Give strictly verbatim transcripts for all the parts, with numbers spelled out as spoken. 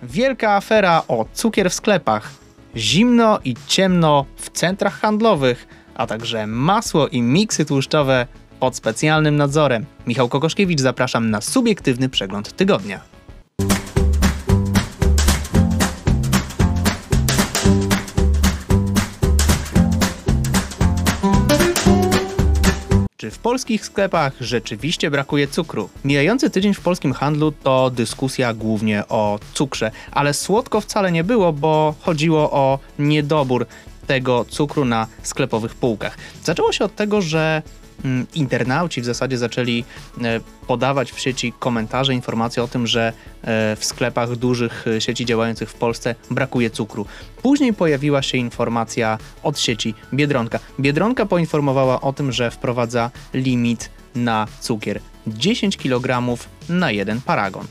Wielka afera o cukier w sklepach, zimno i ciemno w centrach handlowych, a także masło i miksy tłuszczowe pod specjalnym nadzorem. Michał Kokoszkiewicz, zapraszam na subiektywny przegląd tygodnia. Czy w polskich sklepach rzeczywiście brakuje cukru? Mijający tydzień w polskim handlu to dyskusja głównie o cukrze, ale słodko wcale nie było, bo chodziło o niedobór tego cukru na sklepowych półkach. Zaczęło się od tego, że mm, internauci w zasadzie zaczęli e, podawać w sieci komentarze, informacje o tym, że e, w sklepach dużych sieci działających w Polsce brakuje cukru. Później pojawiła się informacja od sieci Biedronka. Biedronka poinformowała o tym, że wprowadza limit na cukier dziesięć kilogramów na jeden paragon.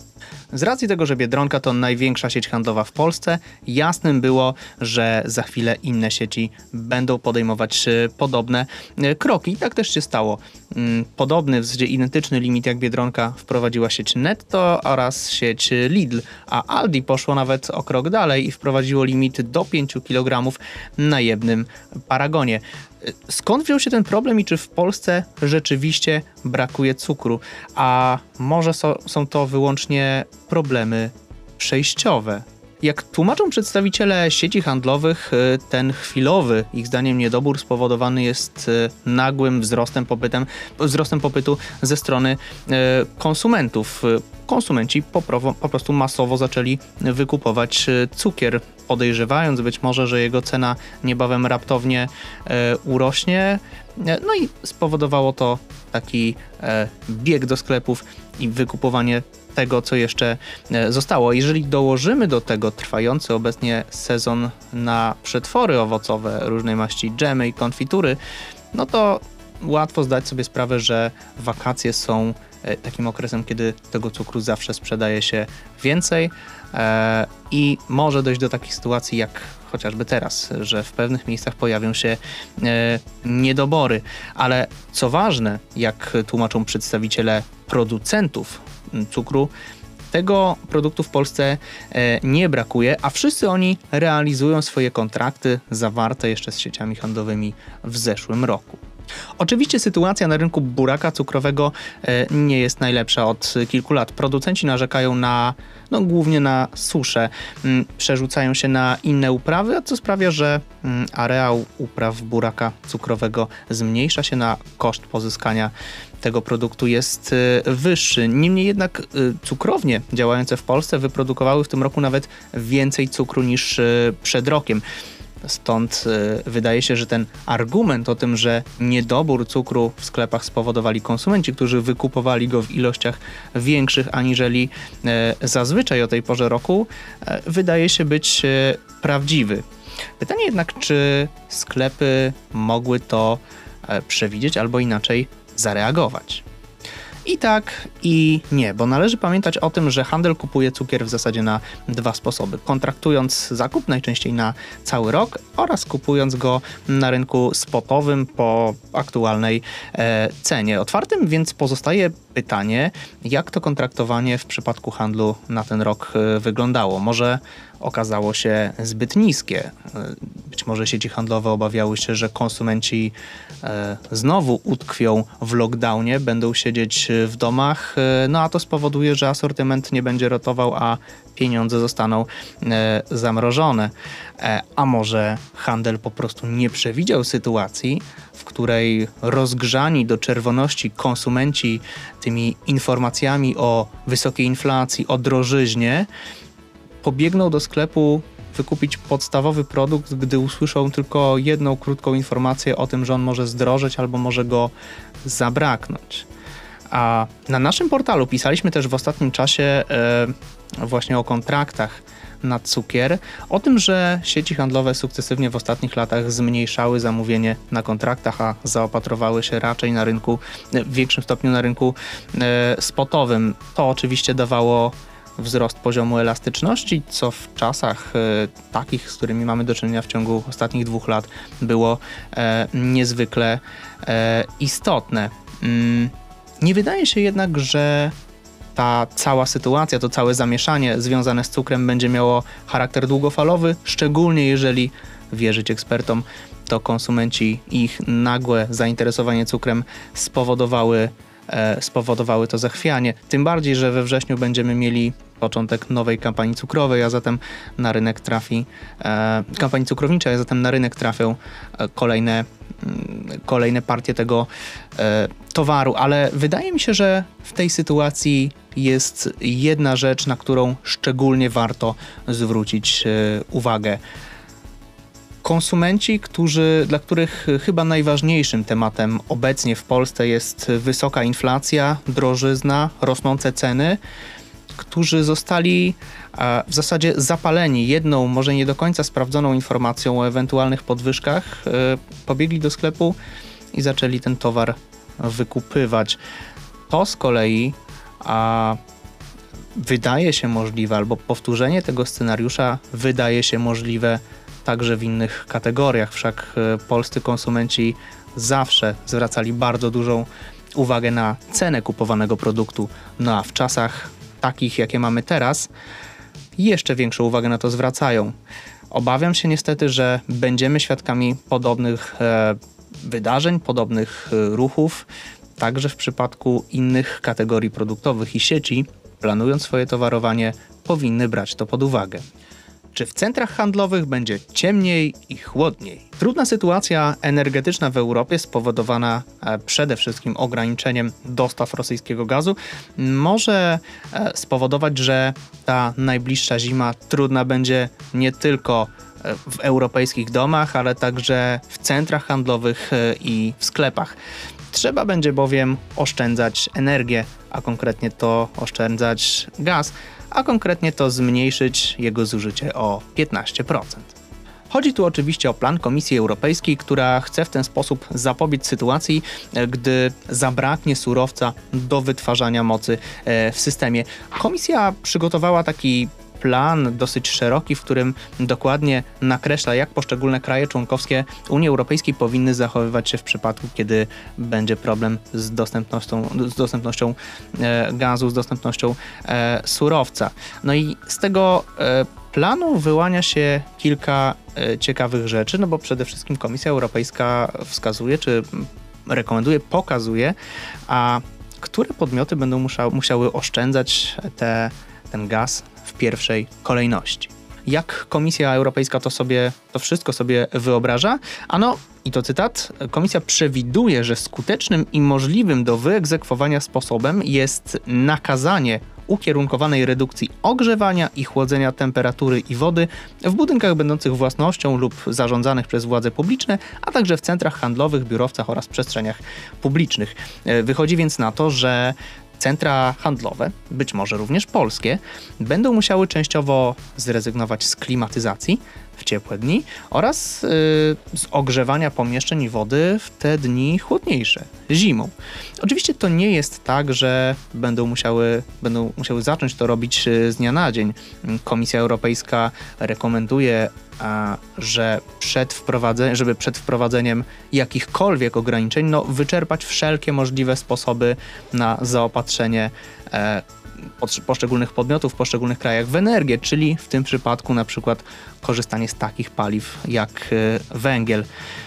Z racji tego, że Biedronka to największa sieć handlowa w Polsce, jasnym było, że za chwilę inne sieci będą podejmować podobne kroki. I tak też się stało. Podobny, w zasadzie identyczny limit jak Biedronka wprowadziła sieć Netto oraz sieć Lidl, a Aldi poszło nawet o krok dalej i wprowadziło limit do pięciu kilogramów na jednym paragonie. Skąd wziął się ten problem i czy w Polsce rzeczywiście brakuje cukru? A może so, są to wyłącznie problemy przejściowe? Jak tłumaczą przedstawiciele sieci handlowych, ten chwilowy, ich zdaniem, niedobór spowodowany jest nagłym wzrostem, popytem, wzrostem popytu ze strony konsumentów. Konsumenci po, po prostu masowo zaczęli wykupować cukier, podejrzewając być może, że jego cena niebawem raptownie e, urośnie. No i spowodowało to taki e, bieg do sklepów i wykupowanie tego, co jeszcze e, zostało. Jeżeli dołożymy do tego trwający obecnie sezon na przetwory owocowe, różnej maści dżemy i konfitury, no to łatwo zdać sobie sprawę, że wakacje są takim okresem, kiedy tego cukru zawsze sprzedaje się więcej e, i może dojść do takich sytuacji jak chociażby teraz, że w pewnych miejscach pojawią się e, niedobory. Ale co ważne, jak tłumaczą przedstawiciele producentów cukru, tego produktu w Polsce e, nie brakuje, a wszyscy oni realizują swoje kontrakty zawarte jeszcze z sieciami handlowymi w zeszłym roku. Oczywiście sytuacja na rynku buraka cukrowego nie jest najlepsza od kilku lat. Producenci narzekają na, no głównie na suszę, przerzucają się na inne uprawy, co sprawia, że areał upraw buraka cukrowego zmniejsza się, na koszt pozyskania tego produktu jest wyższy. Niemniej jednak cukrownie działające w Polsce wyprodukowały w tym roku nawet więcej cukru niż przed rokiem. Stąd y, wydaje się, że ten argument o tym, że niedobór cukru w sklepach spowodowali konsumenci, którzy wykupowali go w ilościach większych aniżeli y, zazwyczaj o tej porze roku, y, wydaje się być y, prawdziwy. Pytanie jednak, czy sklepy mogły to y, przewidzieć albo inaczej zareagować? I tak, i nie, bo należy pamiętać o tym, że handel kupuje cukier w zasadzie na dwa sposoby. Kontraktując zakup najczęściej na cały rok oraz kupując go na rynku spotowym po aktualnej e, cenie. Otwartym więc pozostaje pytanie, jak to kontraktowanie w przypadku handlu na ten rok e, wyglądało. Może okazało się zbyt niskie. Być może sieci handlowe obawiały się, że konsumenci e, znowu utkwią w lockdownie, będą siedzieć w domach, e, no a to spowoduje, że asortyment nie będzie rotował, a pieniądze zostaną e, zamrożone. E, a może handel po prostu nie przewidział sytuacji, w której rozgrzani do czerwoności konsumenci tymi informacjami o wysokiej inflacji, o drożyźnie, pobiegną do sklepu wykupić podstawowy produkt, gdy usłyszą tylko jedną krótką informację o tym, że on może zdrożeć albo może go zabraknąć. A na naszym portalu pisaliśmy też w ostatnim czasie e, właśnie o kontraktach na cukier, o tym, że sieci handlowe sukcesywnie w ostatnich latach zmniejszały zamówienie na kontraktach, a zaopatrowały się raczej na rynku, w większym stopniu na rynku e, spotowym. To oczywiście dawało wzrost poziomu elastyczności, co w czasach e, takich, z którymi mamy do czynienia w ciągu ostatnich dwóch lat, było e, niezwykle e, istotne. Mm, nie wydaje się jednak, że ta cała sytuacja, to całe zamieszanie związane z cukrem będzie miało charakter długofalowy, szczególnie jeżeli wierzyć ekspertom, to konsumenci i ich nagłe zainteresowanie cukrem spowodowały, e, spowodowały to zachwianie. Tym bardziej, że we wrześniu będziemy mieli początek nowej kampanii cukrowej, a zatem na rynek trafi e, kampanii cukrowniczej, a zatem na rynek trafią e, kolejne, m, kolejne partie tego e, towaru. Ale wydaje mi się, że w tej sytuacji jest jedna rzecz, na którą szczególnie warto zwrócić e, uwagę. Konsumenci, którzy, dla których chyba najważniejszym tematem obecnie w Polsce jest wysoka inflacja, drożyzna, rosnące ceny, którzy zostali e, w zasadzie zapaleni jedną, może nie do końca sprawdzoną informacją o ewentualnych podwyżkach, e, pobiegli do sklepu i zaczęli ten towar wykupywać. To z kolei a, wydaje się możliwe, albo powtórzenie tego scenariusza wydaje się możliwe także w innych kategoriach, wszak e, polscy konsumenci zawsze zwracali bardzo dużą uwagę na cenę kupowanego produktu, no a w czasach takich, jakie mamy teraz, jeszcze większą uwagę na to zwracają. Obawiam się niestety, że będziemy świadkami podobnych e, wydarzeń, podobnych e, ruchów, także w przypadku innych kategorii produktowych i sieci, planując swoje towarowanie, powinny brać to pod uwagę. Czy w centrach handlowych będzie ciemniej i chłodniej? Trudna sytuacja energetyczna w Europie, spowodowana przede wszystkim ograniczeniem dostaw rosyjskiego gazu, może spowodować, że ta najbliższa zima trudna będzie nie tylko w europejskich domach, ale także w centrach handlowych i w sklepach. Trzeba będzie bowiem oszczędzać energię, a konkretnie to oszczędzać gaz, a konkretnie to zmniejszyć jego zużycie o piętnaście procent. Chodzi tu oczywiście o plan Komisji Europejskiej, która chce w ten sposób zapobiec sytuacji, gdy zabraknie surowca do wytwarzania mocy w systemie. Komisja przygotowała taki plan dosyć szeroki, w którym dokładnie nakreśla, jak poszczególne kraje członkowskie Unii Europejskiej powinny zachowywać się w przypadku, kiedy będzie problem z dostępnością, z dostępnością e, gazu, z dostępnością e, surowca. No i z tego e, planu wyłania się kilka e, ciekawych rzeczy, no bo przede wszystkim Komisja Europejska wskazuje, czy rekomenduje, pokazuje, a które podmioty będą musza, musiały oszczędzać te, ten gaz w pierwszej kolejności. Jak Komisja Europejska to sobie, to wszystko sobie wyobraża? Ano, i to cytat, Komisja przewiduje, że skutecznym i możliwym do wyegzekwowania sposobem jest nakazanie ukierunkowanej redukcji ogrzewania i chłodzenia temperatury i wody w budynkach będących własnością lub zarządzanych przez władze publiczne, a także w centrach handlowych, biurowcach oraz przestrzeniach publicznych. Wychodzi więc na to, że centra handlowe, być może również polskie, będą musiały częściowo zrezygnować z klimatyzacji w ciepłe dni oraz yy, z ogrzewania pomieszczeń i wody w te dni chłodniejsze, zimą. Oczywiście to nie jest tak, że będą musiały, będą musiały zacząć to robić z dnia na dzień. Komisja Europejska rekomenduje, a, że przed wprowadzeniem, żeby przed wprowadzeniem jakichkolwiek ograniczeń, no, wyczerpać wszelkie możliwe sposoby na zaopatrzenie e, poszczególnych podmiotów w poszczególnych krajach w energię, czyli w tym przypadku na przykład korzystanie z takich paliw jak węgiel.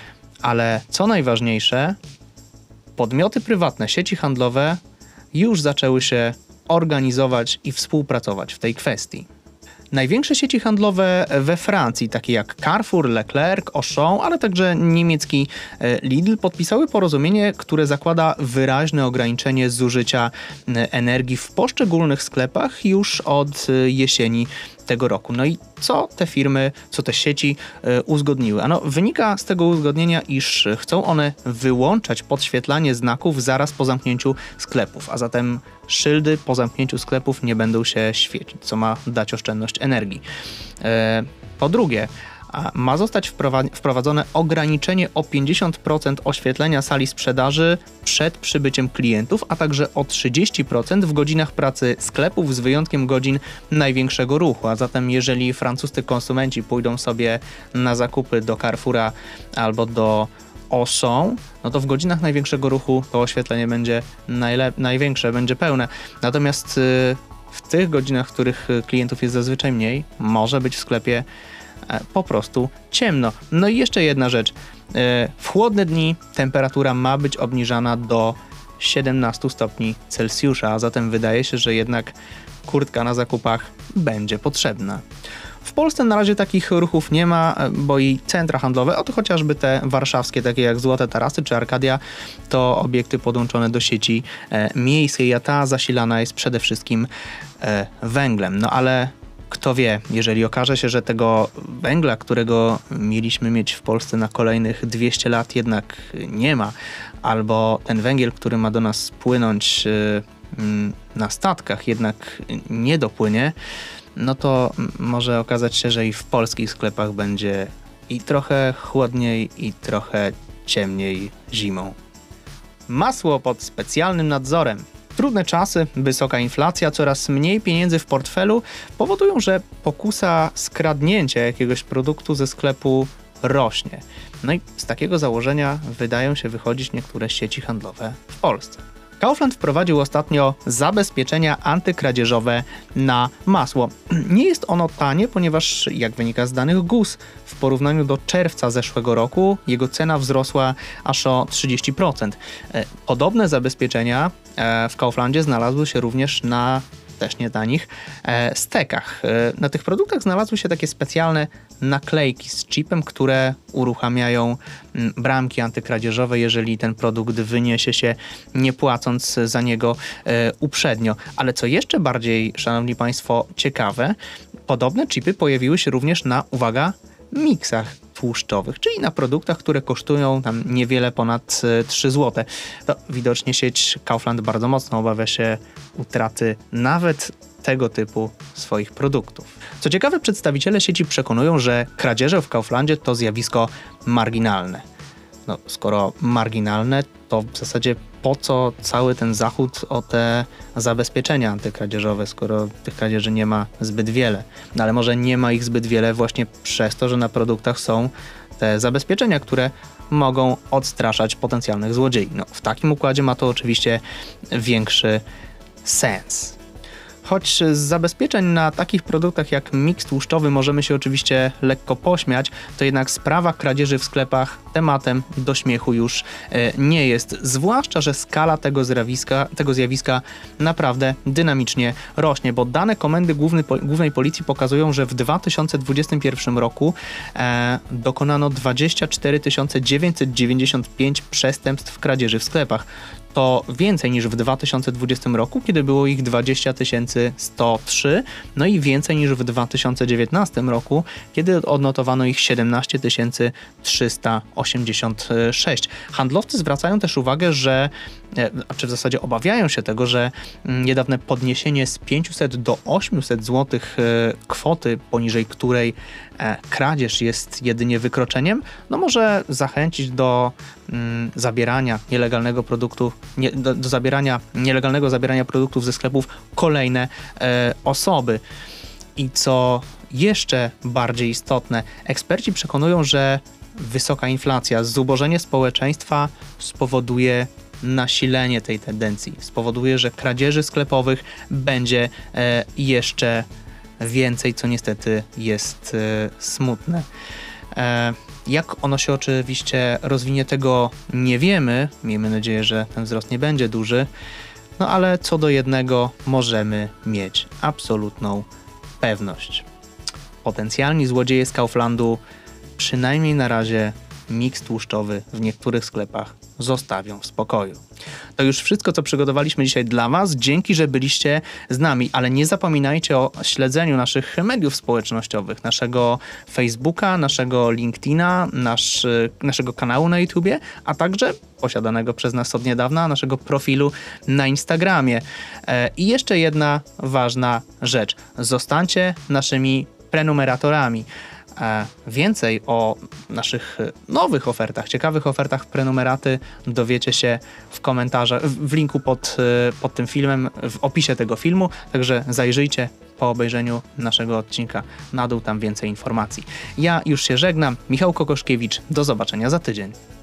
Ale co najważniejsze, podmioty prywatne, sieci handlowe już zaczęły się organizować i współpracować w tej kwestii. Największe sieci handlowe we Francji, takie jak Carrefour, Leclerc, Auchan, ale także niemiecki Lidl, podpisały porozumienie, które zakłada wyraźne ograniczenie zużycia energii w poszczególnych sklepach już od jesieni tego roku. No i co te firmy, co te sieci y, uzgodniły? Ano, wynika z tego uzgodnienia, iż chcą one wyłączać podświetlanie znaków zaraz po zamknięciu sklepów, a zatem szyldy po zamknięciu sklepów nie będą się świecić, co ma dać oszczędność energii. E, po drugie, ma zostać wprowadzone ograniczenie o pięćdziesiąt procent oświetlenia sali sprzedaży przed przybyciem klientów, a także o trzydzieści procent w godzinach pracy sklepów z wyjątkiem godzin największego ruchu. A zatem jeżeli francuscy konsumenci pójdą sobie na zakupy do Carrefoura albo do osą, no to w godzinach największego ruchu to oświetlenie będzie najlep- największe, będzie pełne. Natomiast y, w tych godzinach, w których klientów jest zazwyczaj mniej, może być w sklepie e, po prostu ciemno. No i jeszcze jedna rzecz. E, w chłodne dni temperatura ma być obniżana do siedemnaście stopni Celsjusza, a zatem wydaje się, że jednak kurtka na zakupach będzie potrzebna. W Polsce na razie takich ruchów nie ma, bo i centra handlowe, oto chociażby te warszawskie, takie jak Złote Tarasy czy Arkadia, to obiekty podłączone do sieci e, miejskiej, a ta zasilana jest przede wszystkim e, węglem. No ale kto wie, jeżeli okaże się, że tego węgla, którego mieliśmy mieć w Polsce na kolejnych dwieście lat, jednak nie ma, albo ten węgiel, który ma do nas płynąć e, na statkach, jednak nie dopłynie, no to może okazać się, że i w polskich sklepach będzie i trochę chłodniej, i trochę ciemniej zimą. Masło pod specjalnym nadzorem. Trudne czasy, wysoka inflacja, coraz mniej pieniędzy w portfelu powodują, że pokusa skradnięcia jakiegoś produktu ze sklepu rośnie. No i z takiego założenia wydają się wychodzić niektóre sieci handlowe w Polsce. Kaufland wprowadził ostatnio zabezpieczenia antykradzieżowe na masło. Nie jest ono tanie, ponieważ jak wynika z danych G U S, w porównaniu do czerwca zeszłego roku jego cena wzrosła aż o trzydzieści procent. Podobne zabezpieczenia w Kauflandzie znalazły się również na też nie tanich e, stekach. E, na tych produktach znalazły się takie specjalne naklejki z chipem, które uruchamiają m, bramki antykradzieżowe, jeżeli ten produkt wyniesie się, nie płacąc za niego e, uprzednio. Ale co jeszcze bardziej, szanowni państwo, ciekawe, podobne chipy pojawiły się również na, uwaga, miksach tłuszczowych, czyli na produktach, które kosztują tam niewiele ponad trzy złote. To widocznie sieć Kaufland bardzo mocno obawia się utraty nawet tego typu swoich produktów. Co ciekawe, przedstawiciele sieci przekonują, że kradzieże w Kauflandzie to zjawisko marginalne. No, skoro marginalne, to w zasadzie po co cały ten zachód o te zabezpieczenia antykradzieżowe, skoro tych kradzieży nie ma zbyt wiele. No ale może nie ma ich zbyt wiele właśnie przez to, że na produktach są te zabezpieczenia, które mogą odstraszać potencjalnych złodziei. No, w takim układzie ma to oczywiście większy sens. Choć z zabezpieczeń na takich produktach jak miks tłuszczowy możemy się oczywiście lekko pośmiać, to jednak sprawa kradzieży w sklepach tematem do śmiechu już e, nie jest. Zwłaszcza, że skala tego zjawiska, tego zjawiska naprawdę dynamicznie rośnie, bo dane Komendy Główny, Głównej Policji pokazują, że w dwa tysiące dwudziestym pierwszym roku e, dokonano dwadzieścia cztery tysiące dziewięćset dziewięćdziesiąt pięć przestępstw kradzieży w sklepach. To więcej niż w dwa tysiące dwudziestym roku, kiedy było ich dwadzieścia tysięcy sto trzy, no i więcej niż w dwa tysiące dziewiętnastym roku, kiedy odnotowano ich siedemnaście tysięcy trzysta osiemdziesiąt sześć. Handlowcy zwracają też uwagę, że, czy w zasadzie obawiają się tego, że niedawne podniesienie z pięciuset do ośmiuset złotych kwoty, poniżej której kradzież jest jedynie wykroczeniem, no może zachęcić do mm, zabierania nielegalnego produktu, nie, do, do zabierania, nielegalnego zabierania produktów ze sklepów kolejne e, osoby. I co jeszcze bardziej istotne, eksperci przekonują, że wysoka inflacja, zubożenie społeczeństwa spowoduje nasilenie tej tendencji, spowoduje, że kradzieży sklepowych będzie e, jeszcze więcej, co niestety jest e, smutne. E, jak ono się oczywiście rozwinie, tego nie wiemy. Miejmy nadzieję, że ten wzrost nie będzie duży. No ale co do jednego możemy mieć absolutną pewność. Potencjalni złodzieje z Kauflandu przynajmniej na razie miks tłuszczowy w niektórych sklepach zostawią w spokoju. To już wszystko, co przygotowaliśmy dzisiaj dla Was. Dzięki, że byliście z nami, ale nie zapominajcie o śledzeniu naszych mediów społecznościowych, naszego Facebooka, naszego LinkedIna, nasz, naszego kanału na YouTubie, a także posiadanego przez nas od niedawna naszego profilu na Instagramie. I jeszcze jedna ważna rzecz. Zostańcie naszymi prenumeratorami. Więcej o naszych nowych ofertach, ciekawych ofertach prenumeraty dowiecie się w komentarzach, w linku pod, pod tym filmem, w opisie tego filmu, także zajrzyjcie po obejrzeniu naszego odcinka na dół, tam więcej informacji. Ja już się żegnam, Michał Kokoszkiewicz, do zobaczenia za tydzień.